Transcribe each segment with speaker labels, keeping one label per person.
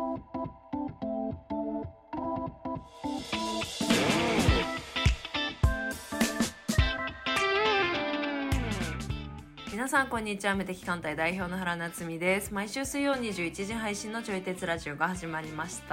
Speaker 1: 皆さんこんにちは。無敵艦隊代表の原夏実です。毎週水曜21時配信のちょい鉄ラジオが始まりました。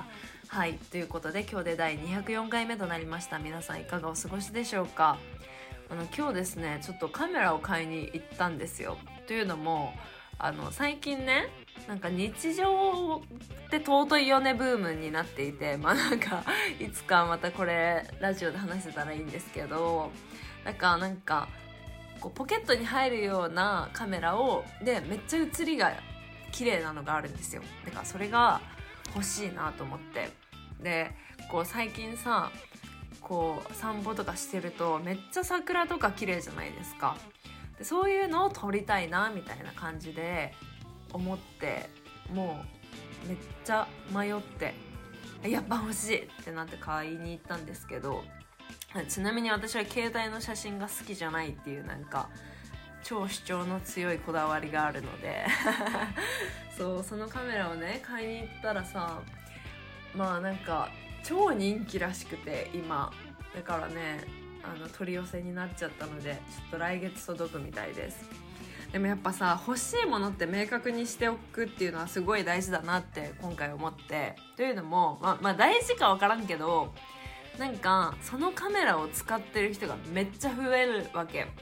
Speaker 1: はい、ということで今日で第204回目となりました。皆さんいかがお過ごしでしょうか。今日ですね、ちょっとカメラを買いに行ったんですよ。というのも最近ね、なんか日常って尊いよねブームになっていて、なんかいつかまたこれラジオで話せたらいいんですけど、なんかこうポケットに入るようなカメラでめっちゃ写りが綺麗なのがあるんですよ。だからそれが欲しいなと思って、でこう最近さ、こう散歩とかしてるとめっちゃ桜とか綺麗じゃないですか。でそういうのを撮りたいなみたいな感じで思って、もうめっちゃ迷ってやっぱ欲しいってなって買いに行ったんですけど、ちなみに私は携帯の写真が好きじゃないっていう、なんか超主張の強いこだわりがあるのでそのカメラをね買いに行ったらさ、なんか超人気らしくて今だからね、取り寄せになっちゃったので、ちょっと来月届くみたいです。でもやっぱさ、欲しいものって明確にしておくっていうのはすごい大事だなって今回思って、というのも大事か分からんけど、なんかそのカメラを使ってる人がめっちゃ増えるわけ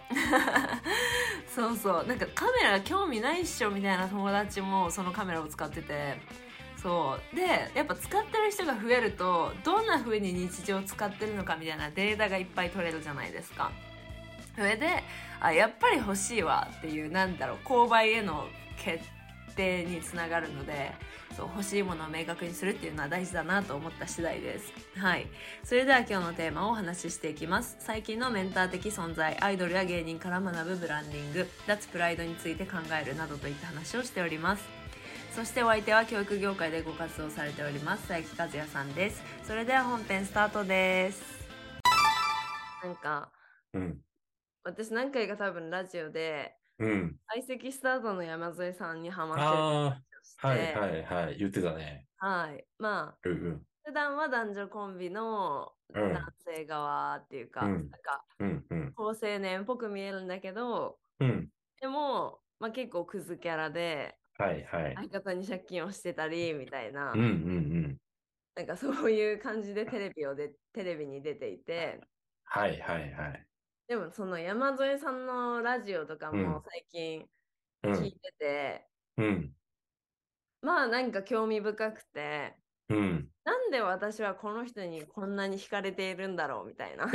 Speaker 1: そうなんかカメラが興味ないっしょみたいな友達もそのカメラを使ってて、そうでやっぱ使ってる人が増えると、どんな風に日常使ってるのかみたいなデータがいっぱい取れるじゃないですか。それでやっぱり欲しいわっていう、購買への決定につながるので、欲しいものを明確にするっていうのは大事だなと思った次第です。はい、それでは今日のテーマをお話ししていきます。最近のメンター的存在、アイドルや芸人から学ぶブランディング、脱プライドについて考えるなどといった話をしております。そしてお相手は教育業界でご活動されております佐伯和也さんです。それでは本編スタートです。私何回か多分ラジオで、相席スタートの山添さんにハマってる話をして、
Speaker 2: はい、言ってたね。
Speaker 1: はい、普段は男女コンビの男性側っていうか、なんか高青年っぽく見えるんだけど、でも、結構クズキャラで、相方に借金をしてたりみたいな、なんかそういう感じでテレビに出ていて、でもその山添さんのラジオとかも最近聞いてて、なんか興味深くて、なんで私はこの人にこんなに惹かれているんだろうみたいな。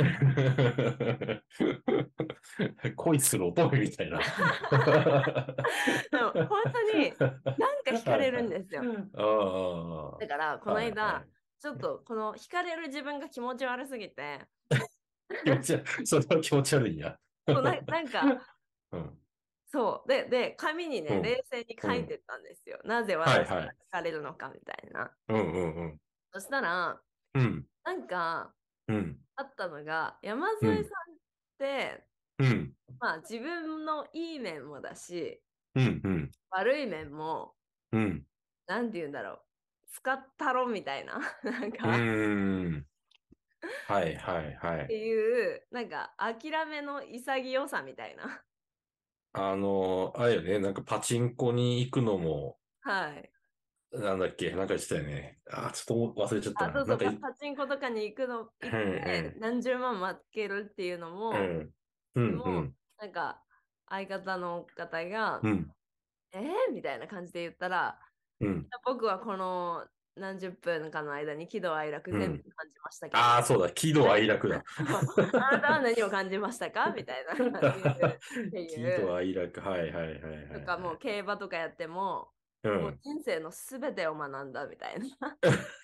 Speaker 2: 恋する乙女みたいな。
Speaker 1: でも本当になんか惹かれるんですよ。
Speaker 2: あ
Speaker 1: だからこの間、ちょっとこの惹かれる自分が気持ち悪すぎて、
Speaker 2: 気持ち悪い。それは気持ち悪いんや。
Speaker 1: なんか、
Speaker 2: うん。
Speaker 1: そうで紙にね、
Speaker 2: うん。
Speaker 1: 冷静に
Speaker 2: うん。
Speaker 1: 書いてたんですよ。なぜ私が
Speaker 2: はいはい。
Speaker 1: 惹かれるのかみたいな。
Speaker 2: うん。
Speaker 1: そしたら、
Speaker 2: うん。
Speaker 1: なんか
Speaker 2: うん。
Speaker 1: あったのが、山
Speaker 2: うん。
Speaker 1: 添さんって
Speaker 2: うん。
Speaker 1: 自分のいい面もだし、
Speaker 2: うん。うん。
Speaker 1: 悪い面も、
Speaker 2: うん。
Speaker 1: なんて言うんだろう、使ったろみたいな、なん
Speaker 2: う
Speaker 1: か、
Speaker 2: ん。はい。
Speaker 1: っていう、なんか、諦めの潔さみたいな。
Speaker 2: あれよね、なんかパチンコに行くのも、
Speaker 1: はい。
Speaker 2: なんだっけ、なんか言ってたよね。ちょっと忘れちゃったな。
Speaker 1: そうそう、パチンコとかに
Speaker 2: う
Speaker 1: 行って
Speaker 2: ん
Speaker 1: 何十万負けるっていうのも、
Speaker 2: うん。うん。う
Speaker 1: でも、
Speaker 2: ん。
Speaker 1: なんか、相方の方が、
Speaker 2: うん。
Speaker 1: みたいな感じで言ったら、
Speaker 2: うん。
Speaker 1: 僕はこの何十分かの間に喜怒哀楽全部
Speaker 2: うん。
Speaker 1: 感じましたけど、
Speaker 2: そうだ。喜怒哀楽だ。
Speaker 1: あなたは何を感じましたかみたいな言うって
Speaker 2: 喜怒
Speaker 1: いう。
Speaker 2: 哀楽。はい。
Speaker 1: とかもう競馬とかやっても、もう
Speaker 2: うん。
Speaker 1: 人生のすべてを学んだみたいな。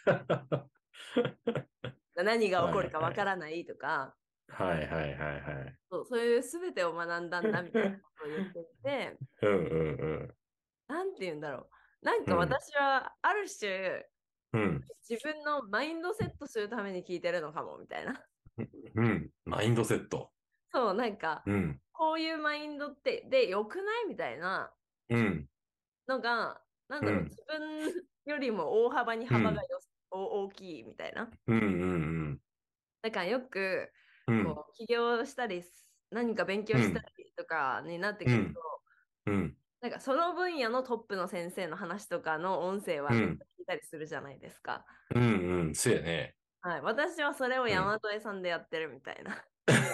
Speaker 1: 何が起こるかわからないとか、
Speaker 2: はい。
Speaker 1: そういうすべてを学んだんだみたいなことを言っていて、
Speaker 2: うん。
Speaker 1: なんて言うんだろう。なんか
Speaker 2: うん。
Speaker 1: 私はある種、
Speaker 2: うん。
Speaker 1: 自分のマインドセットするために聞いてるのかもみたいな。
Speaker 2: うん。マインドセット。
Speaker 1: そう、なんか、
Speaker 2: うん。
Speaker 1: こういうマインドで良くないみたいな
Speaker 2: うん。
Speaker 1: のが、
Speaker 2: うん。
Speaker 1: 自分よりも大幅に
Speaker 2: うん。
Speaker 1: 幅が大きいみたいな。
Speaker 2: うんうん
Speaker 1: だからよく、
Speaker 2: うん。うん。
Speaker 1: こう、起業したり、何か勉強した
Speaker 2: うん。
Speaker 1: りとかになってくると、
Speaker 2: うん。うん。
Speaker 1: なんかその分野のトップの先生の話とかの音声はめっち
Speaker 2: うん。
Speaker 1: ゃ聞いたりするじゃないですか。
Speaker 2: うん。うん。そうやね。
Speaker 1: はい。私はそれを
Speaker 2: うん。
Speaker 1: 山添さんでやってるみたいな。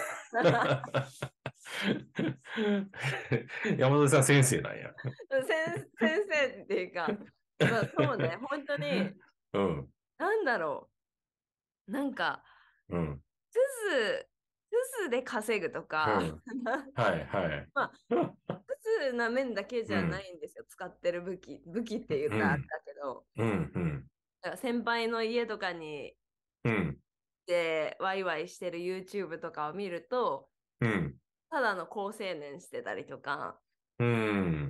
Speaker 2: 山田さん先生なんや。
Speaker 1: 先生っていうか、まあそうね、本当に、
Speaker 2: うん。
Speaker 1: なんだろう。なんか、
Speaker 2: うん。
Speaker 1: クズ、クズで稼ぐとか、
Speaker 2: うん。はいはい。
Speaker 1: まあ、クズな面だけじゃな
Speaker 2: うん。
Speaker 1: いんですよ。使ってる武器って言ったらあれ
Speaker 2: うん。
Speaker 1: だけど、
Speaker 2: うん。うん。
Speaker 1: だから先輩の家とかに
Speaker 2: うん。
Speaker 1: でワイワイしてる YouTube とかを見ると、
Speaker 2: うん。
Speaker 1: ただの好青年してたりとか、
Speaker 2: うん。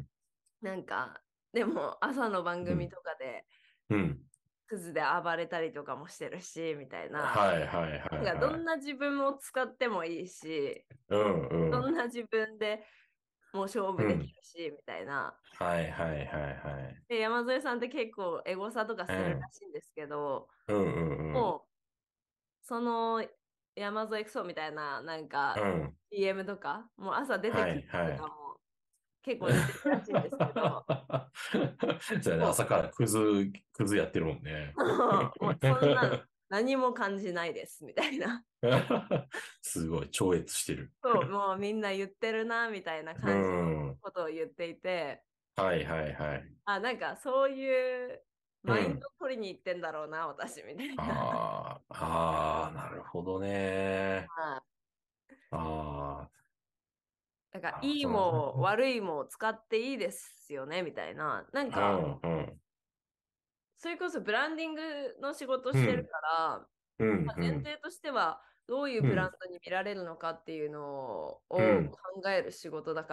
Speaker 1: なんか、でも朝の番組
Speaker 2: うん。
Speaker 1: とかで
Speaker 2: うん。
Speaker 1: クズで暴れたりとかもしてるし、みたいな。
Speaker 2: はいはいはい
Speaker 1: なんかど
Speaker 2: はい。
Speaker 1: んな自分も使ってもいいし、
Speaker 2: うんうん。
Speaker 1: どんな自分でもう勝負でき
Speaker 2: うん。
Speaker 1: るし、みたいな。
Speaker 2: はいはいはいはい。
Speaker 1: で、山添さんって結構エゴサとかするら
Speaker 2: うん。
Speaker 1: しいんですけど、
Speaker 2: うんうんうん。
Speaker 1: もう、その山添クソみたいな、なんか、
Speaker 2: うん。
Speaker 1: DM とか、もう朝出て
Speaker 2: は
Speaker 1: くると
Speaker 2: いはい。
Speaker 1: かも結構出てるらしいんですけど、
Speaker 2: そうやね、
Speaker 1: も
Speaker 2: 朝からクズやってるもんね。
Speaker 1: う、もうそんなの何も感じないです、みたいな。
Speaker 2: すごい、超越してる。
Speaker 1: そう、もうみんな言ってるな、みたいな
Speaker 2: う
Speaker 1: 感じの
Speaker 2: ん。
Speaker 1: ことを言っていて、
Speaker 2: はいはいはい。
Speaker 1: あ、なんかそういうマインド
Speaker 2: うん。
Speaker 1: 取りに行ってんだろうな、私、みたいな。
Speaker 2: ああ、ああ、なるほどね。
Speaker 1: はい。
Speaker 2: あ
Speaker 1: だから、
Speaker 2: あ、なるほ
Speaker 1: いい
Speaker 2: どな。
Speaker 1: も悪いも使っていいですよね、みたいな。なんか、
Speaker 2: うん、うん、
Speaker 1: それこそブランディングの仕事してる
Speaker 2: うん、
Speaker 1: から、
Speaker 2: うん、
Speaker 1: まあ、
Speaker 2: うん、
Speaker 1: 前提としては、どういう
Speaker 2: うん、
Speaker 1: ブランドに見られるのかっていうのを
Speaker 2: うん、
Speaker 1: 考える仕事だから、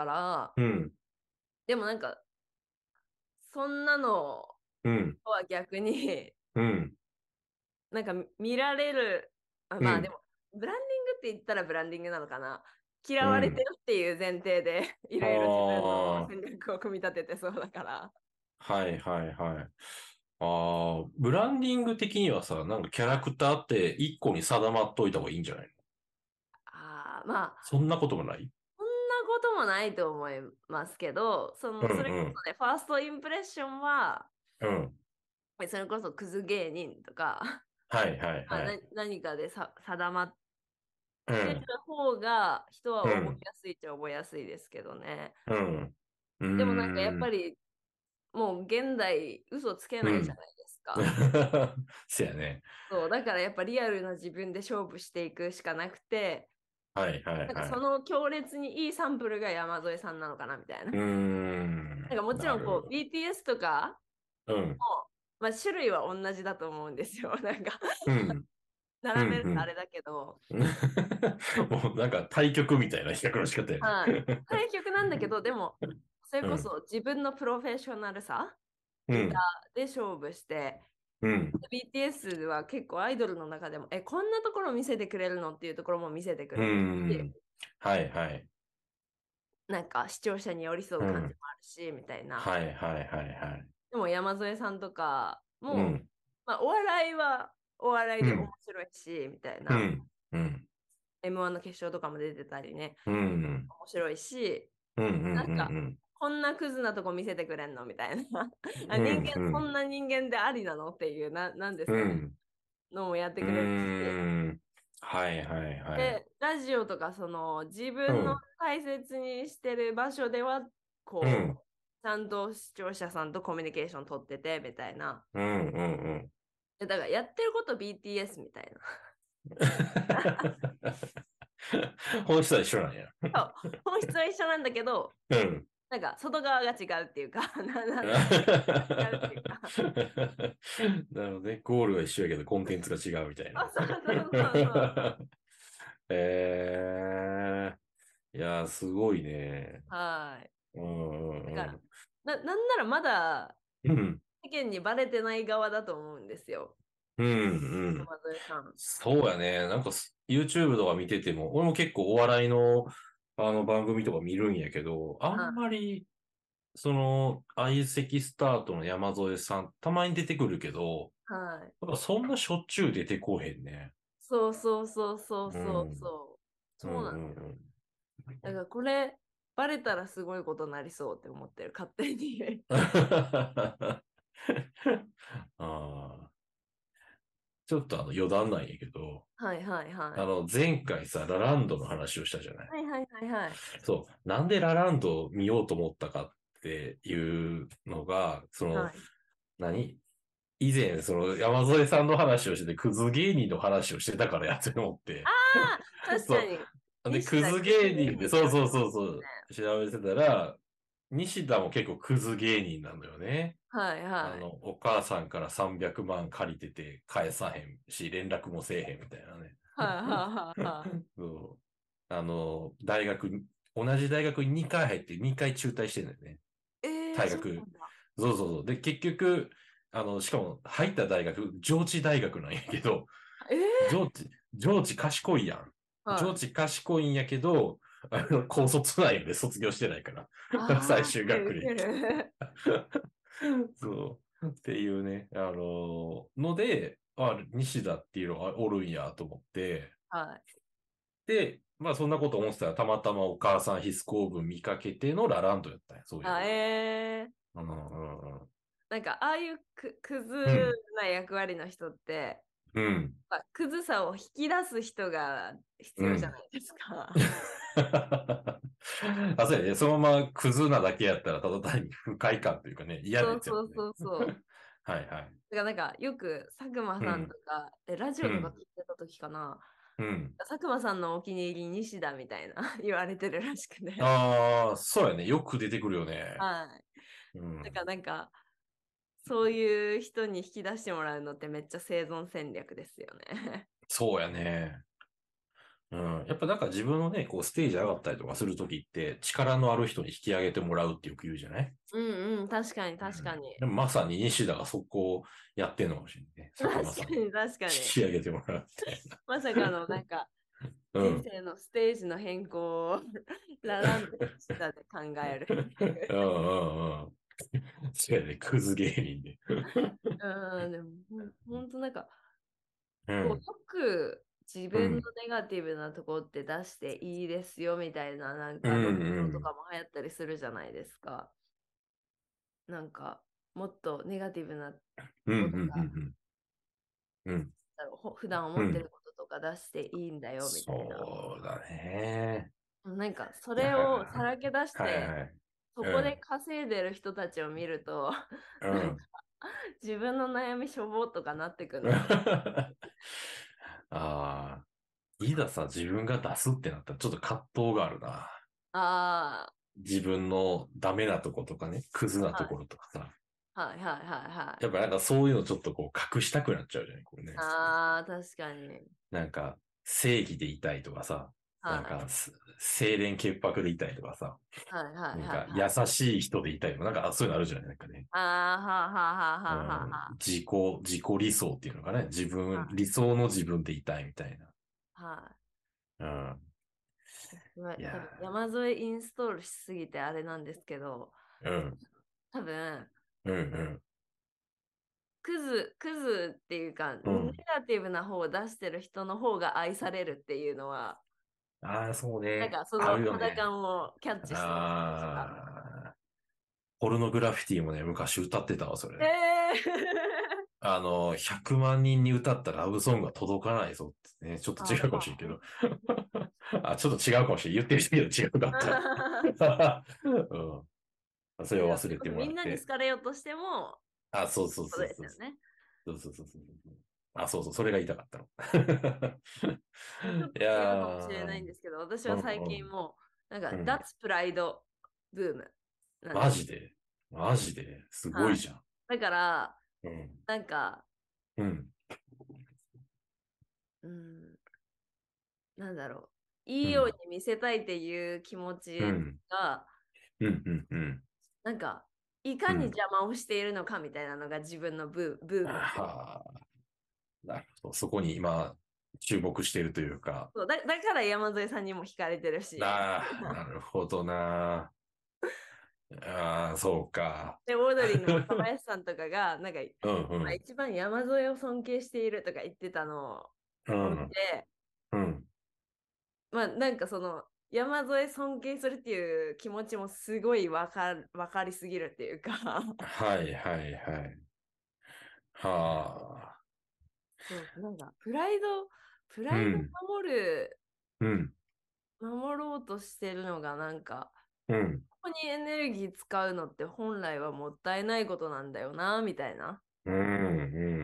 Speaker 2: うん、
Speaker 1: でもなんか、そんなの
Speaker 2: うん、
Speaker 1: とは逆に、
Speaker 2: うん、
Speaker 1: なんか見られる、あ、
Speaker 2: うん、
Speaker 1: まあでも、ブランディングって言ったらブランディングなのかな。嫌われて
Speaker 2: うん。
Speaker 1: るっていう前提で、いろいろ自分の
Speaker 2: ああ、
Speaker 1: 戦略を組み立ててそうだから。
Speaker 2: はいはいはい。ああ、ブランディング的にはさ、なんかキャラクターって一個に定まっといた方がいいんじゃないの？
Speaker 1: ああ、まあ、
Speaker 2: そんなこともない？
Speaker 1: そんなこともないと思いますけど、
Speaker 2: うん
Speaker 1: それこ
Speaker 2: うん、
Speaker 1: そね、ファーストインプレッションは、
Speaker 2: うん。
Speaker 1: それこそクズ芸人とか、
Speaker 2: はいはい
Speaker 1: まあ、
Speaker 2: はい。
Speaker 1: 何かで定まってる
Speaker 2: うん、
Speaker 1: 方が人は覚
Speaker 2: うん、
Speaker 1: えやすいっちゃ覚えやすいですけどね。
Speaker 2: うん。うー
Speaker 1: でもなんかやっぱ
Speaker 2: ん、
Speaker 1: りもう現代嘘つけないじゃ
Speaker 2: うん。
Speaker 1: ないですか。
Speaker 2: せやね。
Speaker 1: そう、だからやっぱリアルな自分で勝負していくしかなくて、
Speaker 2: はいはい
Speaker 1: なんか
Speaker 2: はい。
Speaker 1: その強烈にいいサンプルが山添さんなのかなみたいな。
Speaker 2: うーん、
Speaker 1: なんかもちろんこう
Speaker 2: なる。
Speaker 1: BTS とか
Speaker 2: うん、
Speaker 1: も、まあ、種類は同じだと思うんですよ。なんか
Speaker 2: うん、うん、
Speaker 1: 並べる
Speaker 2: うん。
Speaker 1: とあれだけど、
Speaker 2: もうなんか対局みたいな比較の仕方やね。
Speaker 1: はい。対局なんだけど、でも、それ
Speaker 2: うん、
Speaker 1: こそ自分のプロフェッショナルさ、歌
Speaker 2: うん、
Speaker 1: で勝負して、
Speaker 2: うん、
Speaker 1: BTS は結構アイドルの中でも、こんなところ見せてくれるのっていうところも見せてく
Speaker 2: う
Speaker 1: れるし、
Speaker 2: ん。はいはい。
Speaker 1: なんか視聴者に寄り添う感じも
Speaker 2: うん。
Speaker 1: あるし、みたいな。
Speaker 2: はいはいはいはい。
Speaker 1: でも山添さんとかも、
Speaker 2: うん、
Speaker 1: まあ、お笑いはお笑いで面
Speaker 2: うん、
Speaker 1: 白いし、みたいな。
Speaker 2: うん、うん、
Speaker 1: M1 の決勝とかも出てたりね、
Speaker 2: うん、
Speaker 1: 面白いし、
Speaker 2: うん、うん、うん、
Speaker 1: なんか、
Speaker 2: うん、
Speaker 1: こんなクズなとこ見せてくれんのみたいな。あ、
Speaker 2: うん、うん、
Speaker 1: そんな人間でありなのっていう、なんですかね。
Speaker 2: うん、
Speaker 1: のもやって
Speaker 2: う
Speaker 1: くれるし。
Speaker 2: ん。はいはいはい。
Speaker 1: で、ラジオとか、その、自分の
Speaker 2: うん、
Speaker 1: 大切にしてる場所では、
Speaker 2: うん、
Speaker 1: こう、ちゃんと視聴者さんとコミュニケーション取ってて、みたいな。
Speaker 2: うん、うん、うん。
Speaker 1: だから、やってること BTS みたいな。
Speaker 2: 本質は一緒なんや。
Speaker 1: そう、本質は一緒なんだけど、
Speaker 2: うん。
Speaker 1: なんか、外側が違うっていうか、違うっていうか。
Speaker 2: なるほどね。ゴールは一緒やけど、コンテンツが違うみたいな。
Speaker 1: あ、そうそうそうそうそう。
Speaker 2: いやー、すごいね。
Speaker 1: はい。
Speaker 2: うん、
Speaker 1: だから、
Speaker 2: うん、
Speaker 1: なんならまだ
Speaker 2: うん。
Speaker 1: 世間にバレてない側だと思うんですよ。
Speaker 2: うん、うん。
Speaker 1: 山添さん。
Speaker 2: そうやね。なんかYouTube とか見てても、俺も結構お笑いの、番組とか見るんやけど、あん
Speaker 1: は
Speaker 2: まり、 その、相席スタートの山添さん、たまに出てくるけど、
Speaker 1: はい。
Speaker 2: なんかそんなしょっちゅう出てこうへんね。
Speaker 1: そうそうそうそう
Speaker 2: う
Speaker 1: そう
Speaker 2: ん。
Speaker 1: そう。
Speaker 2: う
Speaker 1: そうなんだよ。
Speaker 2: んうんうん。
Speaker 1: だからこれ、バレたらすごいことになりそうって思ってる、勝手に。
Speaker 2: ああ、ちょっと余談なんやけど、
Speaker 1: はいはいはい。
Speaker 2: 前回さ、ラランドの話をしたじゃない。
Speaker 1: はいはいはいはい。
Speaker 2: そう。なんでラランドを見ようと思ったかっていうのが、
Speaker 1: はい。
Speaker 2: 何以前、山添さんの話をしてて、クズ芸人の話をしてたからやって思って。
Speaker 1: ああ、確か
Speaker 2: そ
Speaker 1: に。
Speaker 2: う。で、クズ
Speaker 1: 西田クズ
Speaker 2: 芸人で、
Speaker 1: 芸人って
Speaker 2: そうそう
Speaker 1: 言われてます
Speaker 2: そうそう、
Speaker 1: ね。
Speaker 2: 調べてたら、西田も結構クズ芸人なんだよね。
Speaker 1: はいはい。
Speaker 2: お母さんから300万借りてて返さへんし、連絡もせえへんみたいなね。
Speaker 1: はいはいはいは
Speaker 2: そう。大学に、同じ大学に2回入って2回中退してるんだよね。
Speaker 1: い。そうな
Speaker 2: 退学。
Speaker 1: んだ。
Speaker 2: そうそうそう。で、結局、しかも入った大学、上智大学なんやけど、
Speaker 1: え
Speaker 2: 上智賢いやん。上
Speaker 1: はい。
Speaker 2: 智賢いんやけど、高卒なんやで卒業してないから。最
Speaker 1: ああ、
Speaker 2: 終
Speaker 1: ウケるウケ
Speaker 2: 学歴。
Speaker 1: る。
Speaker 2: そう。っていうね、ので、西田っていうのがおるんやと思って、
Speaker 1: はい。
Speaker 2: で、まあそんなこと思ってたら、たまたまお母さん必須公文見かけてのラランドやったんや、そういえ
Speaker 1: あ、
Speaker 2: ば。
Speaker 1: えー。
Speaker 2: うんうんうん。
Speaker 1: なんか、ああいうクズ
Speaker 2: うん。
Speaker 1: な役割の人って、
Speaker 2: うん。
Speaker 1: まあ、クズさを引き出す人が必要じゃ
Speaker 2: うん。
Speaker 1: ないですか。
Speaker 2: そうやね。そのままクズなだけやったら、ただ単に不快感というかね、嫌な
Speaker 1: そうそう
Speaker 2: やつやもんね。
Speaker 1: そうそう。
Speaker 2: はいはい。
Speaker 1: だからなんか、よく佐久間さん
Speaker 2: うん。
Speaker 1: とか、ラジオとか
Speaker 2: うん。
Speaker 1: 聞いてた時かな、
Speaker 2: うん。
Speaker 1: 佐久間さんのお気に入り西田みたいな言われてるらしくて。
Speaker 2: ああ、そうやね。よく出てくるよね。
Speaker 1: はい。だか
Speaker 2: うん。
Speaker 1: らなんか、そういう人に引き出してもらうのってめっちゃ生存戦略ですよね。
Speaker 2: そうやね。うん。やっぱなんか自分のね、こうステージ上がったりとかするときって、力のある人に引き上げてもらうってよく言うじゃない。
Speaker 1: うんうん、確かに
Speaker 2: うん。
Speaker 1: 確かに。
Speaker 2: でもまさに西田がそこをやってんのかもしれないね。佐久間さんに
Speaker 1: 確かに確か
Speaker 2: 引
Speaker 1: に。
Speaker 2: き上げてもらうみたいな。
Speaker 1: まさかのなんか人
Speaker 2: うん。
Speaker 1: 生のステージの変更をラランド下で考えるっていう。
Speaker 2: うんうんうん。そうやね。クズ芸人で。
Speaker 1: うん、でもほんとなんかこうよ
Speaker 2: うん。
Speaker 1: く自分の
Speaker 2: うん。
Speaker 1: ネガティブなところって出していいですよみたいななん
Speaker 2: うん
Speaker 1: か論調と
Speaker 2: うん。
Speaker 1: かも流行ったりするじゃないですか。なんかもっとネガティブな
Speaker 2: うんうん
Speaker 1: ことが
Speaker 2: うん。うん。
Speaker 1: 普段思ってる
Speaker 2: うん。
Speaker 1: こととか出していいんだよみたいな。
Speaker 2: そうだね。
Speaker 1: なんかそ
Speaker 2: いや
Speaker 1: れをさらけ出し
Speaker 2: ー、はい
Speaker 1: て
Speaker 2: はい。
Speaker 1: そこで
Speaker 2: うん。
Speaker 1: 稼いでる人たちを見ると、
Speaker 2: う
Speaker 1: なんか
Speaker 2: ん。
Speaker 1: 自分の悩みしょぼーとかなってくんのかな。
Speaker 2: ああ、いざさ、自分が出すってなったらちょっと葛藤があるな。
Speaker 1: あ
Speaker 2: 自分のダメなとことかね、クズな
Speaker 1: あ、はい。
Speaker 2: ところとかさ。
Speaker 1: はいはいはいはい。
Speaker 2: やっぱなんかそういうのちょっとこう隠したくなっちゃうじゃない、これね。
Speaker 1: ああ、確かに。
Speaker 2: なんか正義でいたいとかさ、なん
Speaker 1: はい。
Speaker 2: か清廉潔白でいたいとかさ、
Speaker 1: はいはい
Speaker 2: なんか優
Speaker 1: はいはい。
Speaker 2: しい人でいたいとか、なんかそういうのあるじゃない、なんかね。
Speaker 1: ああ、はあはあはあ
Speaker 2: う
Speaker 1: はあはあ
Speaker 2: ん、
Speaker 1: は
Speaker 2: 自己理想っていうのかね。
Speaker 1: あ。
Speaker 2: 理想の自分でいたいみたいな。
Speaker 1: は
Speaker 2: うん。
Speaker 1: い。すごい。
Speaker 2: いや
Speaker 1: 多分山添インストールしすぎてあれなんですけど、
Speaker 2: うん、
Speaker 1: 多分、
Speaker 2: うん、
Speaker 1: クズっていうか、
Speaker 2: うん、う
Speaker 1: ネ
Speaker 2: ん。
Speaker 1: ガティブな方を出してる人の方が愛されるっていうのは、
Speaker 2: ああ、そうね。
Speaker 1: なんかそ
Speaker 2: あ
Speaker 1: の肌
Speaker 2: るよね。
Speaker 1: 感をキャッチしてませんでした？
Speaker 2: ああ、ポルノグラフィティもね、昔歌ってたわ、それ。
Speaker 1: ええ
Speaker 2: 100万人に歌ったラブソングが届かないぞってね、ちょっと違うかもしれんけ
Speaker 1: は
Speaker 2: ど。あ、ちょっと違うかもしれん。言ってる人けど違うかった。
Speaker 1: あ。
Speaker 2: うん。それを忘れても
Speaker 1: みんなに好
Speaker 2: らって。
Speaker 1: かれようとしても、
Speaker 2: あ、そうそう
Speaker 1: そう
Speaker 2: そうそう。
Speaker 1: ですよね。
Speaker 2: そうそうそうそう。あ、そうそう、それが言いたかったの。
Speaker 1: ちょっ
Speaker 2: いや
Speaker 1: と違うかもしれない
Speaker 2: ー、
Speaker 1: んですけど、私
Speaker 2: う
Speaker 1: は最
Speaker 2: んうん、
Speaker 1: 近もう、なんか、
Speaker 2: うん。
Speaker 1: 脱プライドブームなんです。
Speaker 2: マジで、マジですご
Speaker 1: はい。
Speaker 2: いじゃん。
Speaker 1: だから、
Speaker 2: うん、
Speaker 1: なんか、
Speaker 2: うん、
Speaker 1: うん、なんだろう。いいよう
Speaker 2: うん、
Speaker 1: に見せたいっていう気持ち
Speaker 2: うん、
Speaker 1: が、
Speaker 2: うん、うん、うん。
Speaker 1: なんか、いかに
Speaker 2: うん。
Speaker 1: 邪魔をしているのかみたいなのが自分のブームで。
Speaker 2: ああ、なるほど。そこに今、注目しているというか。
Speaker 1: そうだから山添さんにも惹かれてるし。
Speaker 2: ああ、なるほどな。 ああ、そうか。
Speaker 1: で、オードリーの若林さんとかが、なんか、
Speaker 2: うんう
Speaker 1: まあ、
Speaker 2: ん。
Speaker 1: 一番山添を尊敬しているとか言ってたのを見
Speaker 2: うん。
Speaker 1: て、
Speaker 2: うん。
Speaker 1: まあ、なんかその、山添尊敬するっていう気持ちもすごいわかりすぎるっていうか
Speaker 2: はいはいはい。はあ。
Speaker 1: そう、なんか、プライド
Speaker 2: うん。うん。
Speaker 1: 守ろうとしてるのが、なんか、
Speaker 2: うん。
Speaker 1: ここにエネルギー使うのって本来はもったいないことなんだよな、みたいな
Speaker 2: うん。うん。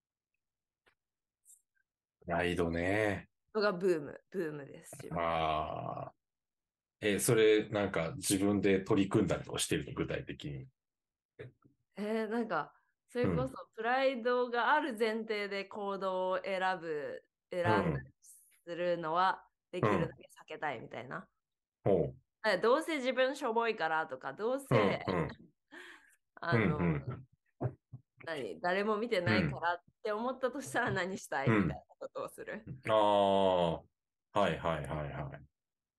Speaker 2: ライドね。
Speaker 1: のがブームです、自分。
Speaker 2: ああ。それ、なんか自分で取り組んだりとかしてるの、具体的に。
Speaker 1: なんか、それこそ
Speaker 2: うん。
Speaker 1: プライドがある前提で行動を選んだ
Speaker 2: うん。
Speaker 1: りするのはで
Speaker 2: うん。
Speaker 1: きるだけ避けたいみたいな。
Speaker 2: ほう。
Speaker 1: どうせ自分しょぼいからとか、どう
Speaker 2: うん。
Speaker 1: せ、
Speaker 2: うん。
Speaker 1: あ
Speaker 2: うん。
Speaker 1: の、
Speaker 2: うん。
Speaker 1: 誰も見て
Speaker 2: うん。
Speaker 1: ないからって思ったとしたら何したい
Speaker 2: うん。
Speaker 1: みたいなことをする。
Speaker 2: ああ。はいはいはいはい。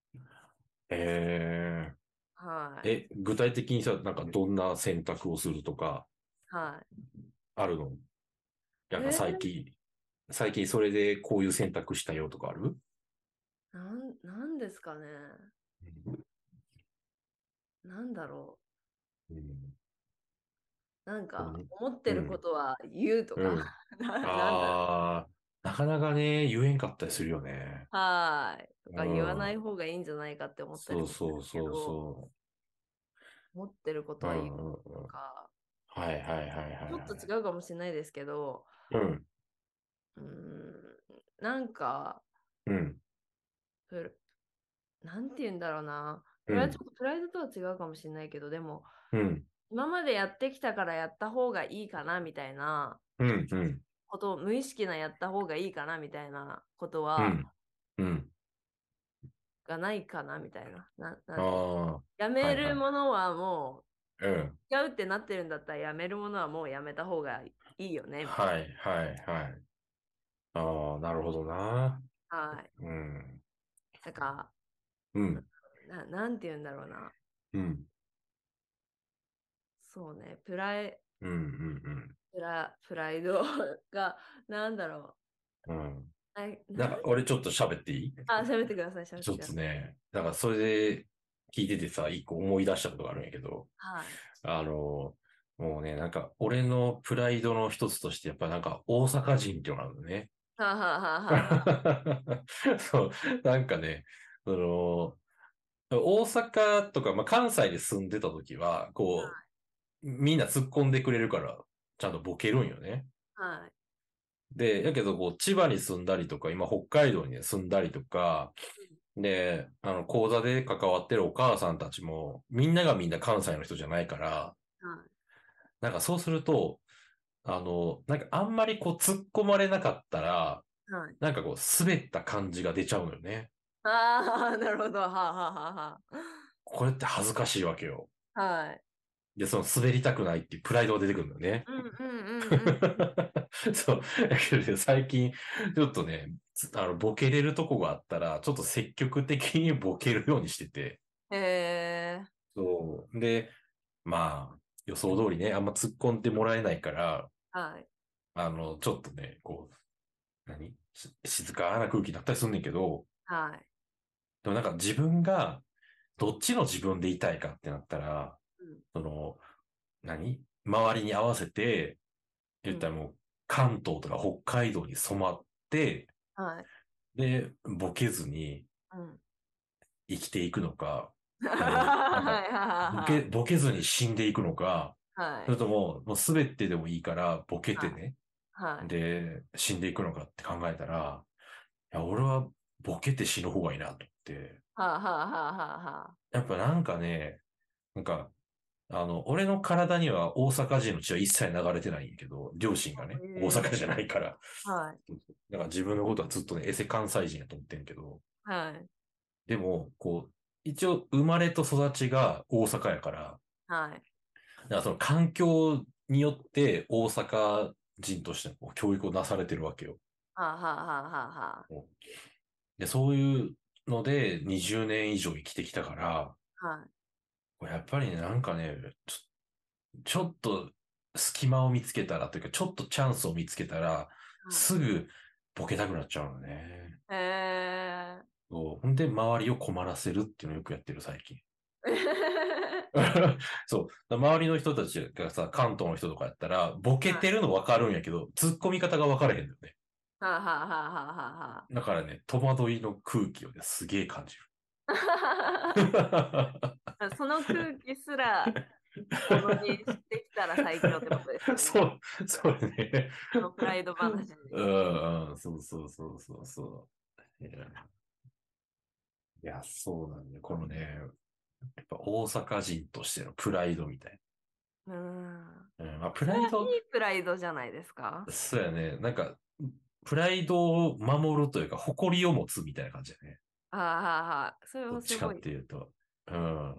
Speaker 2: え
Speaker 1: はい。
Speaker 2: 具体的にさ、なんかどんな選択をするとか
Speaker 1: はい。
Speaker 2: あるの？なんか
Speaker 1: えー、
Speaker 2: 最近それでこういう選択したよとかある？
Speaker 1: なんですかね。
Speaker 2: うん
Speaker 1: なんだろ
Speaker 2: うん。
Speaker 1: う。なんか、
Speaker 2: そうね。
Speaker 1: 思ってるこ
Speaker 2: うん。
Speaker 1: とは言うとか。
Speaker 2: うん。
Speaker 1: なんだろう。
Speaker 2: ああ、なかなかね、言えんかったりするよね。
Speaker 1: はい。と
Speaker 2: う
Speaker 1: か言わない
Speaker 2: ん。
Speaker 1: 方がいいんじゃないかって思ったり
Speaker 2: そう
Speaker 1: もする
Speaker 2: そうそう
Speaker 1: けど、
Speaker 2: そ
Speaker 1: 思ってるこ
Speaker 2: う。
Speaker 1: とは言う
Speaker 2: うんうんうん。
Speaker 1: とか、
Speaker 2: はいはいはいはい
Speaker 1: ちょっと
Speaker 2: はい。
Speaker 1: 違うかもしれないですけど、
Speaker 2: うん。
Speaker 1: うーん、なんか、
Speaker 2: うん。
Speaker 1: プなんて言うんだろうな。これはちょ
Speaker 2: うん。
Speaker 1: っとプライドとは違うかもしれないけど、でも、
Speaker 2: うん。
Speaker 1: 今までやってきたからやった方がいいかなみたいな
Speaker 2: うん。うん。
Speaker 1: ことを、無意識なやった方がいいかなみたいなことは、
Speaker 2: うん。うん。
Speaker 1: がないかなみたいな。な
Speaker 2: あ
Speaker 1: んていうの。
Speaker 2: あ、
Speaker 1: やめる
Speaker 2: はいはい。
Speaker 1: ものはも
Speaker 2: うん。
Speaker 1: う、違うってなってるんだったらやめるものはもうやめた方がいいよねみたい
Speaker 2: はいはいはい。ああ、なるほどな。
Speaker 1: な。はい。
Speaker 2: うん。
Speaker 1: なんか、
Speaker 2: うん。
Speaker 1: なんて言うんだろうな。
Speaker 2: うん。
Speaker 1: そうね、
Speaker 2: うん。うん。
Speaker 1: プライドが、なんだろ
Speaker 2: うん。うん。
Speaker 1: う。
Speaker 2: なんか、俺ちょっと喋っていい？
Speaker 1: 喋ってください、喋っ
Speaker 2: ちょっ
Speaker 1: てください。
Speaker 2: とね、だからそれで聞いててさ、一個思い出したことがあるんやけど、
Speaker 1: はい。
Speaker 2: あの、もうね、なんか、俺のプライドの一つとして、やっぱなんか、大阪人っていうのがあるのね。
Speaker 1: ははははは。
Speaker 2: そう、なんかね、大阪とか、まあ、関西で住んでた時は、こう、みんな突っ込んでくれるから、ちゃんとボケるんよね。
Speaker 1: はい。
Speaker 2: で、やけど、こう、千葉に住んだりとか、今、北海道にね住んだりとか、で、講座で関わってるお母さんたちも、みんながみんな関西の人じゃないから、
Speaker 1: は
Speaker 2: なんかそうすると、なんかあんまりこう突っ込まれなかったら、
Speaker 1: い。はい。
Speaker 2: なんかこう滑った感じが出ちゃうのよね。
Speaker 1: ああ、なるほど。はははは。
Speaker 2: これって恥ずかしいわけよ。
Speaker 1: はい。
Speaker 2: で、その滑りたくないっていうプライドが出てくるのよね。
Speaker 1: うんうんうんうん。
Speaker 2: そう。だけどね、最近、ちょっとね、ボケれるとこがあったら、ちょっと積極的にボケるようにしてて。
Speaker 1: へえ。
Speaker 2: そう。で、まあ、予想通りね、あんま突っ込んでもらえないから、
Speaker 1: はい。
Speaker 2: ちょっとね、こう、静かな空気になったりすんねんけど、
Speaker 1: はい。
Speaker 2: でもなんか自分が、どっちの自分でいたいかってなったら、
Speaker 1: うん。
Speaker 2: その、周りに合わせて、
Speaker 1: うん。
Speaker 2: 言ったらもう、関東とか北海道に染まって、
Speaker 1: はい。
Speaker 2: で、ボケずに
Speaker 1: うん。
Speaker 2: 生きていくのか、なんか、
Speaker 1: はいは
Speaker 2: ボケずに死んでいくのか、
Speaker 1: いはい。
Speaker 2: それとも、もう滑ってでもいいから、ボケ
Speaker 1: はい。
Speaker 2: てね、
Speaker 1: はい。
Speaker 2: で、死んでいくのかって考えたら、いや、俺はボケて死ぬ方がいいなと思って、
Speaker 1: はあはあはあはあは
Speaker 2: やっぱなんかね、なんか、俺の体には大阪人の血は一切流れてないんやけど、両親が
Speaker 1: あ。
Speaker 2: ね、大
Speaker 1: へえ。
Speaker 2: 阪じゃないから。
Speaker 1: はい。
Speaker 2: だから自分のことはずっとね、エセ関西人やと思ってんけど、
Speaker 1: はい。
Speaker 2: でも、こう、一応生まれと育ちが大阪やから、
Speaker 1: はい。
Speaker 2: だからその環境によって大阪人としてこう教育をなされてるわけよ。
Speaker 1: はあはあはあはあは
Speaker 2: で、そういうので20年以上生きてきたから、
Speaker 1: あ。はい。
Speaker 2: やっぱりね、なんかね、ちょっと隙間を見つけたらというか、ちょっとチャンスを見つけたら、
Speaker 1: は
Speaker 2: すぐボケたくなっちゃうのね。
Speaker 1: い。
Speaker 2: そう。ほんで、周りを困らせるっていうのをよくやってる、最近。そう。周りの人たちがさ、関東の人とかやったら、ボケてるの分かるんやけど、突っ込み方が分からへんのよね。
Speaker 1: はあはあはあはあはあ
Speaker 2: だからね、戸惑いの空気をね、すげえ感じる。
Speaker 1: その空気すらものにしてきたら最強ってことですよね。
Speaker 2: そうね。
Speaker 1: そのプライド話に。
Speaker 2: そうそうそうそうそう。いや、そうなんだよ。このね、やっぱ大阪人としてのプライドみたい
Speaker 1: うん。
Speaker 2: な。まあ、プ
Speaker 1: それはい
Speaker 2: ライド、
Speaker 1: いプライドじゃないですか。
Speaker 2: そうやね。なんか、プライドを守るというか、誇りを持つみたいな感じだね。
Speaker 1: ああ、はあ、はあ。それ
Speaker 2: どっちかっ
Speaker 1: はすごい。
Speaker 2: ていうと。うん。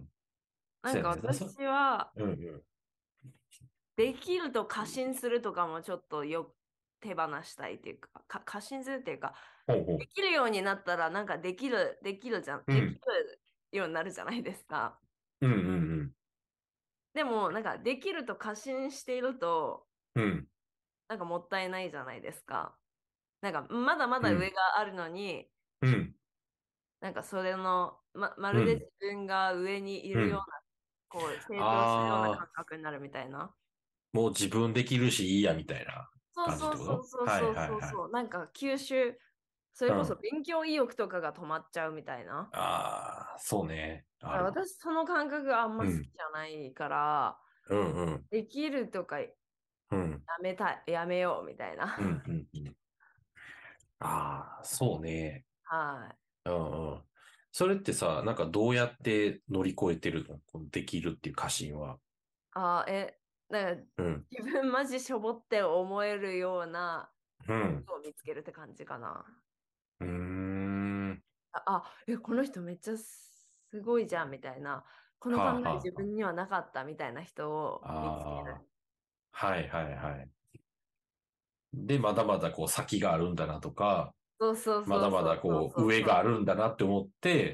Speaker 1: なんか
Speaker 2: そうやね。
Speaker 1: 私は、
Speaker 2: うんうん。
Speaker 1: できると過信するとかもちょっと手放したいっていうか、過信するっていうか、
Speaker 2: ほうほう。
Speaker 1: できるようになったら、なんかでき
Speaker 2: うん。
Speaker 1: るようになるじゃないですか。
Speaker 2: うんうん
Speaker 1: でも、なんかできると過信していると、
Speaker 2: うん。うん。
Speaker 1: なんかもったいないじゃないですか。なんかまだまだ上
Speaker 2: うん。
Speaker 1: があるのに、
Speaker 2: うん。
Speaker 1: なんかそれの、まるで
Speaker 2: うん。
Speaker 1: 自分が上にい
Speaker 2: うん。
Speaker 1: るような、こう成長したような
Speaker 2: ああ、
Speaker 1: 感覚になるみたいな。
Speaker 2: もう自分できるしいいやみたいな
Speaker 1: そうそう
Speaker 2: 感じってこ
Speaker 1: そうそう
Speaker 2: と？はい
Speaker 1: そう
Speaker 2: はいはい。
Speaker 1: そうそう。なんか吸収、それこそ
Speaker 2: うん。
Speaker 1: 勉強意欲とかが止まっちゃうみたいな。
Speaker 2: ああ、そうね。あるわ。
Speaker 1: 私その感覚があんま好き
Speaker 2: うん。
Speaker 1: じゃないから、
Speaker 2: うんうん。
Speaker 1: できるとかや
Speaker 2: うん。
Speaker 1: やめようみたいな。
Speaker 2: うんうんうん。ああ、そうね。
Speaker 1: はい。
Speaker 2: うんうん。それってさ、なんかどうやって乗り越えてるの？このできるっていう過信は。
Speaker 1: なんか
Speaker 2: うん。
Speaker 1: 自分マジしょぼって思えるような
Speaker 2: うん。
Speaker 1: 人を見つけるって感じかな。
Speaker 2: うーん。
Speaker 1: この人めっちゃすごいじゃんみたいな。この
Speaker 2: は
Speaker 1: 考
Speaker 2: あはあは
Speaker 1: え自分にはなかったみたいな人を見つけ
Speaker 2: あ。あ
Speaker 1: る。
Speaker 2: あ、はいはいはい。で、まだまだこう先があるんだなとか、
Speaker 1: そうそう
Speaker 2: まだま
Speaker 1: そうそう
Speaker 2: だこう
Speaker 1: そうそう。
Speaker 2: 上があるんだなって思って、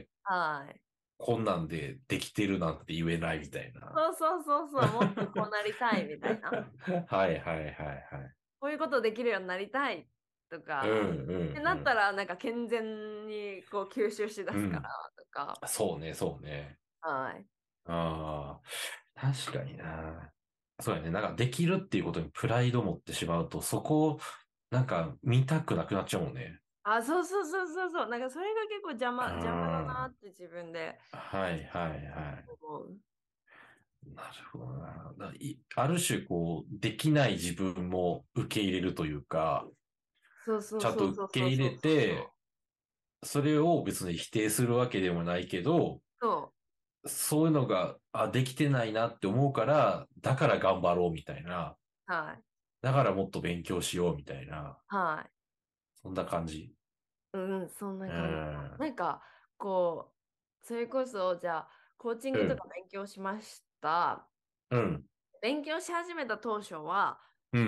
Speaker 1: はい。
Speaker 2: こんなんでできてるなんて言えないみたいな。
Speaker 1: そうそうそうそう、もっとこうなりたいみたいな。
Speaker 2: はいはいはいはい。
Speaker 1: こういうことできるようになりたいとか、
Speaker 2: うんう
Speaker 1: ってなった
Speaker 2: ん
Speaker 1: ら、なんか健全にこう吸収しだ
Speaker 2: うん。
Speaker 1: すから
Speaker 2: うん。
Speaker 1: とか。
Speaker 2: そうね、そうね。
Speaker 1: はい。
Speaker 2: ああ、確かにな。そうやね。なんかできるっていうことにプライド持ってしまうと、そこをなんか見たくなくなっちゃうもんね。
Speaker 1: そうそうそうそうそう。なんかそれが結構
Speaker 2: う
Speaker 1: 邪魔だな
Speaker 2: ん。
Speaker 1: って自分で
Speaker 2: はいはいはい。
Speaker 1: 思う。
Speaker 2: なるほどな。ある種こう、できない自分も受け入れるというか、
Speaker 1: そうそう
Speaker 2: ちゃんと受
Speaker 1: そうそう
Speaker 2: け入れ
Speaker 1: そうそうそうそ
Speaker 2: て、それを別に否定するわけでもないけど、
Speaker 1: う。そ
Speaker 2: そういうのが、できてないなって思うから、だから頑張ろうみたいな。
Speaker 1: う。はい。
Speaker 2: だからもっと勉強しようみたいな。
Speaker 1: はい。
Speaker 2: そんな感じ。
Speaker 1: うん、そんな
Speaker 2: う
Speaker 1: 感じ。
Speaker 2: ん。
Speaker 1: なんか、こそれこそ、じゃあ、コーチングと
Speaker 2: うん。
Speaker 1: か勉強しました。
Speaker 2: うん。
Speaker 1: 勉強し始めた当初は、
Speaker 2: うん。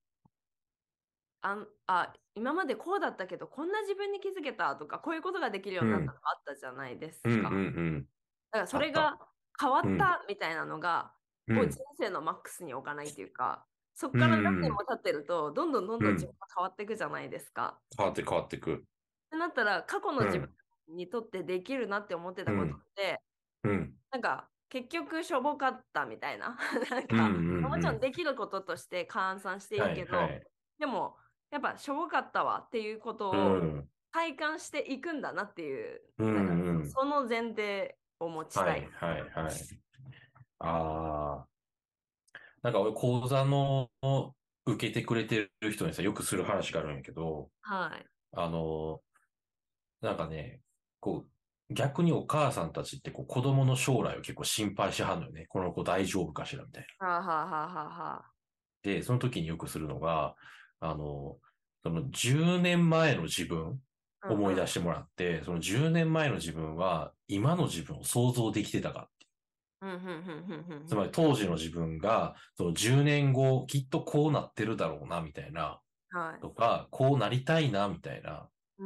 Speaker 1: 今までこうだったけど、こんな自分に気づけたとか、こういうことができるよう
Speaker 2: うん。
Speaker 1: になったのがあったじゃないで
Speaker 2: うん。うん。
Speaker 1: すか。
Speaker 2: うん。
Speaker 1: だからそ
Speaker 2: あった。
Speaker 1: れが変わっ
Speaker 2: うん。
Speaker 1: たみたいなのが、を人
Speaker 2: うん。
Speaker 1: 生のマックスに置かないっていうか、そこ
Speaker 2: う
Speaker 1: から何年も
Speaker 2: ん。
Speaker 1: 経ってると、どんどんどん
Speaker 2: うん。
Speaker 1: どん自分が変わっていくじゃないですか。
Speaker 2: 変わってく。
Speaker 1: ってなったら、過去の自分
Speaker 2: うん。
Speaker 1: にとってできるなって思ってたこと
Speaker 2: うん。
Speaker 1: って、
Speaker 2: うん。
Speaker 1: なんか結局しょぼかったみたいな。なん
Speaker 2: うん。う
Speaker 1: か、もちろん
Speaker 2: ん。
Speaker 1: できることとして換算していい
Speaker 2: はい
Speaker 1: けど、
Speaker 2: はい。
Speaker 1: でも、やっぱしょぼかったわっていうこ
Speaker 2: う
Speaker 1: とを
Speaker 2: ん。
Speaker 1: 体感していくんだなっていう、
Speaker 2: う
Speaker 1: なんか
Speaker 2: ん。うん。
Speaker 1: その前提を持ちたい。
Speaker 2: はいはいはい。ああ。なんか俺講座の受けてくれてる人にさ、よくする話があるんやけど、
Speaker 1: はい。
Speaker 2: あの、なんかね、こ逆にお母さんたちってこう子供の将来を結構心配しはんのよね。この子大丈夫かしらみたいな。
Speaker 1: はあ、はあはあはあはあ。
Speaker 2: で、その時によくするのが、その10年前の自分
Speaker 1: うんうん。
Speaker 2: 思い出してもらって、その10年前の自分は今の自分を想像できてたかっていう。
Speaker 1: うんうんうんうんうん
Speaker 2: つまり当時の自分が、その10年後きっとこうなってるだろうな、みたいな、
Speaker 1: うん。はい。
Speaker 2: とか、こうなりたいな、みたいな、っ
Speaker 1: うん。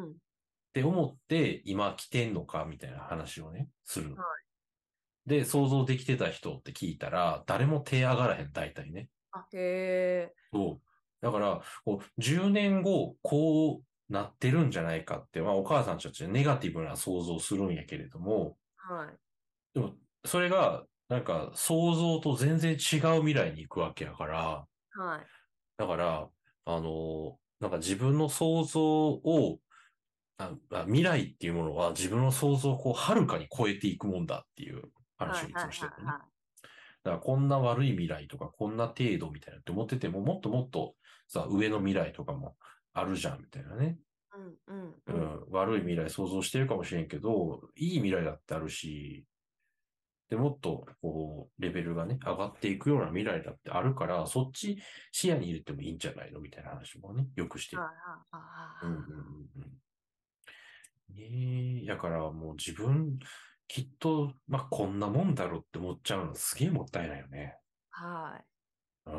Speaker 2: て思って今来てんのか、みたいな話をね、するの。
Speaker 1: はい。
Speaker 2: で、想像できてた人って聞いたら、誰も手上がらへん、大体ね。
Speaker 1: あ、へえ。
Speaker 2: そう。だから、こう、10年後、こうなってるんじゃないかって、まあ、お母さんたちはネガティブな想像するんやけれども、
Speaker 1: はい。
Speaker 2: でも、それが、なんか、想像と全然違う未来に行くわけやから、
Speaker 1: はい。
Speaker 2: だから、なんか自分の想像を、未来っていうものは自分の想像をこう、はるかに超えていくもんだっていう
Speaker 1: はい。
Speaker 2: 話をいつ
Speaker 1: はい。
Speaker 2: もしてるのね。
Speaker 1: は
Speaker 2: だからこんな悪い未来とか、こんな程度みたいなって思ってても、もっともっとさ、上の未来とかもあるじゃん、みたいなね。
Speaker 1: い。うん。うん。うん。
Speaker 2: うん、悪い未来想像してるかもしれんけど、いい未来だってあるし、で、もっと、こう、レベルがね、上がっていくような未来だってあるから、そっち視野に入れてもいいんじゃないのみたいな話もね、よくして
Speaker 1: はい。
Speaker 2: る。
Speaker 1: はい。
Speaker 2: うんうん
Speaker 1: は
Speaker 2: うんうん。ねえ、だからもう自分、きっと、まあ、こんなもんだろうって思っちゃうのすげえもったいないよね。
Speaker 1: い。はい。
Speaker 2: うん。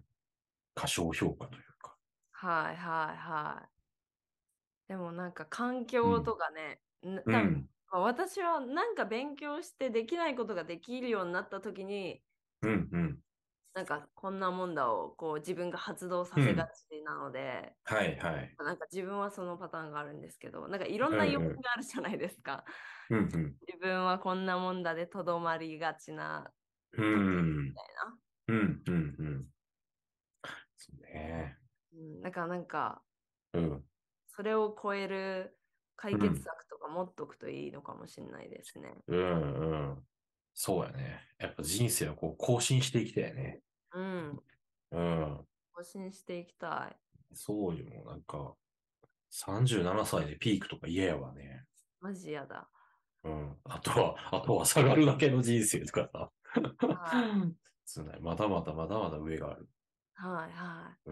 Speaker 2: 過小評価というか。
Speaker 1: はい。はい。はい。でもなんか環境
Speaker 2: うん。
Speaker 1: とかね、多分
Speaker 2: うん。
Speaker 1: 私はなんか勉強してできないことができるようになった時に、
Speaker 2: うん。うん。
Speaker 1: なんかこんなもんだをこう自分が発動させが
Speaker 2: うん。
Speaker 1: ちなので、
Speaker 2: はいはい。
Speaker 1: なんか自分はそのパターンがあるんですけど、なんかいろん
Speaker 2: うん
Speaker 1: な要因
Speaker 2: うん。
Speaker 1: があるじゃないですか。
Speaker 2: うん。
Speaker 1: 自分はこんなもんだでとどまりがちな
Speaker 2: う
Speaker 1: 時み
Speaker 2: ん。
Speaker 1: たいな。
Speaker 2: うん。うん。うん。そうね。
Speaker 1: うん、だからなんか、
Speaker 2: うん。
Speaker 1: それを超える解決
Speaker 2: うん。
Speaker 1: 策とか持っとくといいのかもしれないですね。
Speaker 2: うん。うん。そうやね。やっぱ人生をこう更新していきたいよね。
Speaker 1: うん。
Speaker 2: うん。
Speaker 1: 更新していきたい。
Speaker 2: そうよ。なんか、37歳でピークとか嫌やわね。
Speaker 1: マジやだ。
Speaker 2: うん。あとは下がるだけの人生とかさ。
Speaker 1: はい。
Speaker 2: つない。まだまだまだまだ上がある。
Speaker 1: はいは
Speaker 2: うん。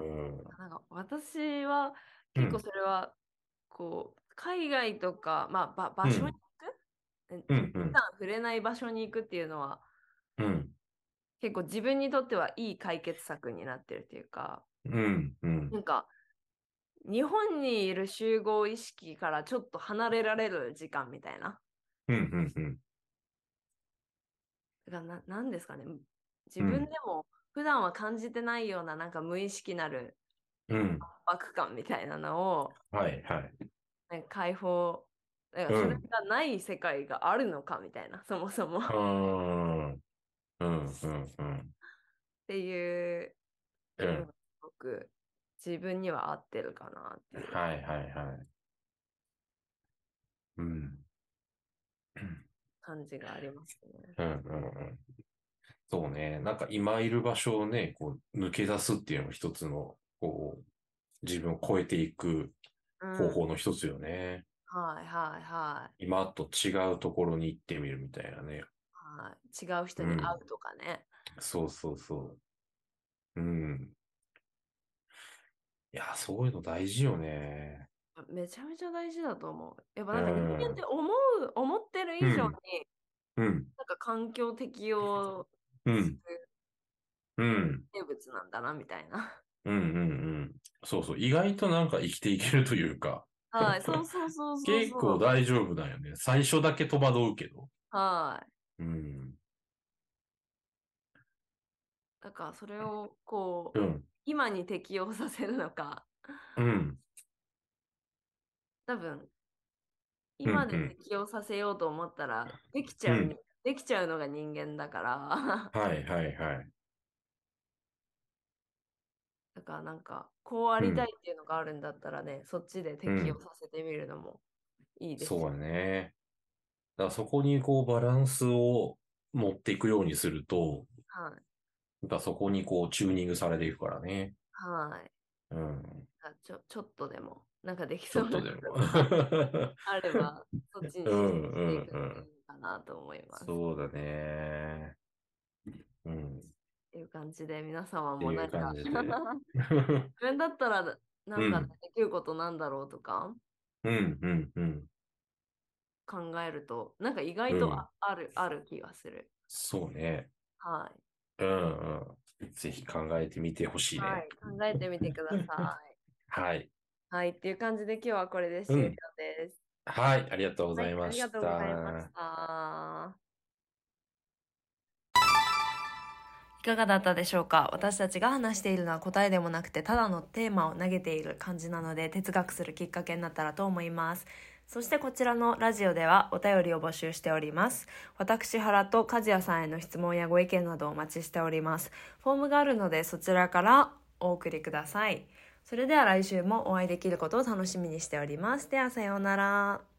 Speaker 1: い。なんか私は結構
Speaker 2: うん。
Speaker 1: それはこう海外とか、まあ、場所に
Speaker 2: うん。
Speaker 1: 行く
Speaker 2: うん。うん。
Speaker 1: 普段触れない場所に行くっていうのは
Speaker 2: うん。
Speaker 1: 結構自分にとってはいい解決策になってるっていうか、
Speaker 2: うん。うん。
Speaker 1: なんか日本にいる集合意識からちょっと離れられる時間みたいな。
Speaker 2: うん。うん。
Speaker 1: だからなんですかね。自
Speaker 2: うん。
Speaker 1: 分でも普段は感じてないようななんか無意識なる
Speaker 2: うん。
Speaker 1: 圧迫感みたいなのを
Speaker 2: はい。はい。
Speaker 1: なんか解放、だからそれ
Speaker 2: うん。
Speaker 1: がない世界があるのかみたいな、そもそも。
Speaker 2: う
Speaker 1: っ
Speaker 2: ん。うん。うん。うん。
Speaker 1: ていうのが
Speaker 2: うん。
Speaker 1: すごく自分には合ってるかなっていう
Speaker 2: はい。はい。はい。うん。
Speaker 1: 感じがありますね。
Speaker 2: うん。うん。そうね。なんか今いる場所をね、こう抜け出すっていうのも一つの、こう、自分を超えていく
Speaker 1: うん。
Speaker 2: 方法の一つよね。
Speaker 1: はいはいはい。
Speaker 2: 今と違うところに行ってみるみたいなね。
Speaker 1: はい、違う人
Speaker 2: うん。
Speaker 1: に会うとかね。
Speaker 2: そうそうそう。うん。いや、そういうの大事よね。
Speaker 1: めちゃめちゃ大事だと思う。やっぱ
Speaker 2: う
Speaker 1: なんか人間っ
Speaker 2: ん。
Speaker 1: て思ってる以上
Speaker 2: うん。
Speaker 1: に、
Speaker 2: うん。
Speaker 1: なんか環境適応す
Speaker 2: うん。
Speaker 1: る
Speaker 2: うん。
Speaker 1: 生物なんだなみたいな。
Speaker 2: うん。うん。うん。そうそう。意外となんか生きていけるというか
Speaker 1: はい、そうそうそうそう
Speaker 2: 結構
Speaker 1: そう。
Speaker 2: 大丈夫だよね。最初だけ戸惑うけど。
Speaker 1: はい。
Speaker 2: うん。
Speaker 1: だからそれをこう、
Speaker 2: うん。
Speaker 1: 今に適応させるのか、
Speaker 2: うん。
Speaker 1: 多分、
Speaker 2: うん。
Speaker 1: 今で
Speaker 2: うん。
Speaker 1: 適応させようと思ったら、
Speaker 2: うん。
Speaker 1: できちゃうのが人間だから、
Speaker 2: はいはいはい。
Speaker 1: だからなんか、こうありたい
Speaker 2: うん。
Speaker 1: っていうのがあるんだったらね、そっちで
Speaker 2: うん。
Speaker 1: 適応させてみるのもいいですよ。
Speaker 2: そうだね。だからそこにこうバランスを持っていくようにすると、
Speaker 1: はい。
Speaker 2: やっぱそこにこうチューニングされていくからね。
Speaker 1: はい。
Speaker 2: うん。
Speaker 1: ちょっとでも、なんかでき
Speaker 2: ちょ
Speaker 1: そうなこ
Speaker 2: っとでも
Speaker 1: とがあれば、そっちにシフト
Speaker 2: うんう
Speaker 1: していくのがいい
Speaker 2: んうん。
Speaker 1: のかなと思います。
Speaker 2: そうだね。うん。っ
Speaker 1: っていう感じで、皆様
Speaker 2: ていう
Speaker 1: もなんか
Speaker 2: 感じで。
Speaker 1: 自分だったらなんか
Speaker 2: うん。
Speaker 1: できることなんだろうとか
Speaker 2: うんうんうん。
Speaker 1: 考えると、なんか意外と
Speaker 2: うん。
Speaker 1: ある気がする。
Speaker 2: そうね。
Speaker 1: はい。
Speaker 2: うんうん。ぜひ考えてみてほしいね。
Speaker 1: はい。考えてみてください。
Speaker 2: はい。
Speaker 1: はい。っていう感じで今日はこれで終了
Speaker 2: うん。
Speaker 1: です。
Speaker 2: はい。ありがとうご
Speaker 1: はい。あ
Speaker 2: ざいまし
Speaker 1: りがとうございまし
Speaker 2: た。
Speaker 1: た。 かがだったでしょうか。私たちが話しているのは答えでもなくて、ただのテーマを投げている感じなので、哲学するきっかけになったらと思います。そしてこちらのラジオではお便りを募集しております。私原と和也さんへの質問やご意見などお待ちしております。フォームがあるのでそちらからお送りください。それでは来週もお会いできることを楽しみにしております。ではさようなら。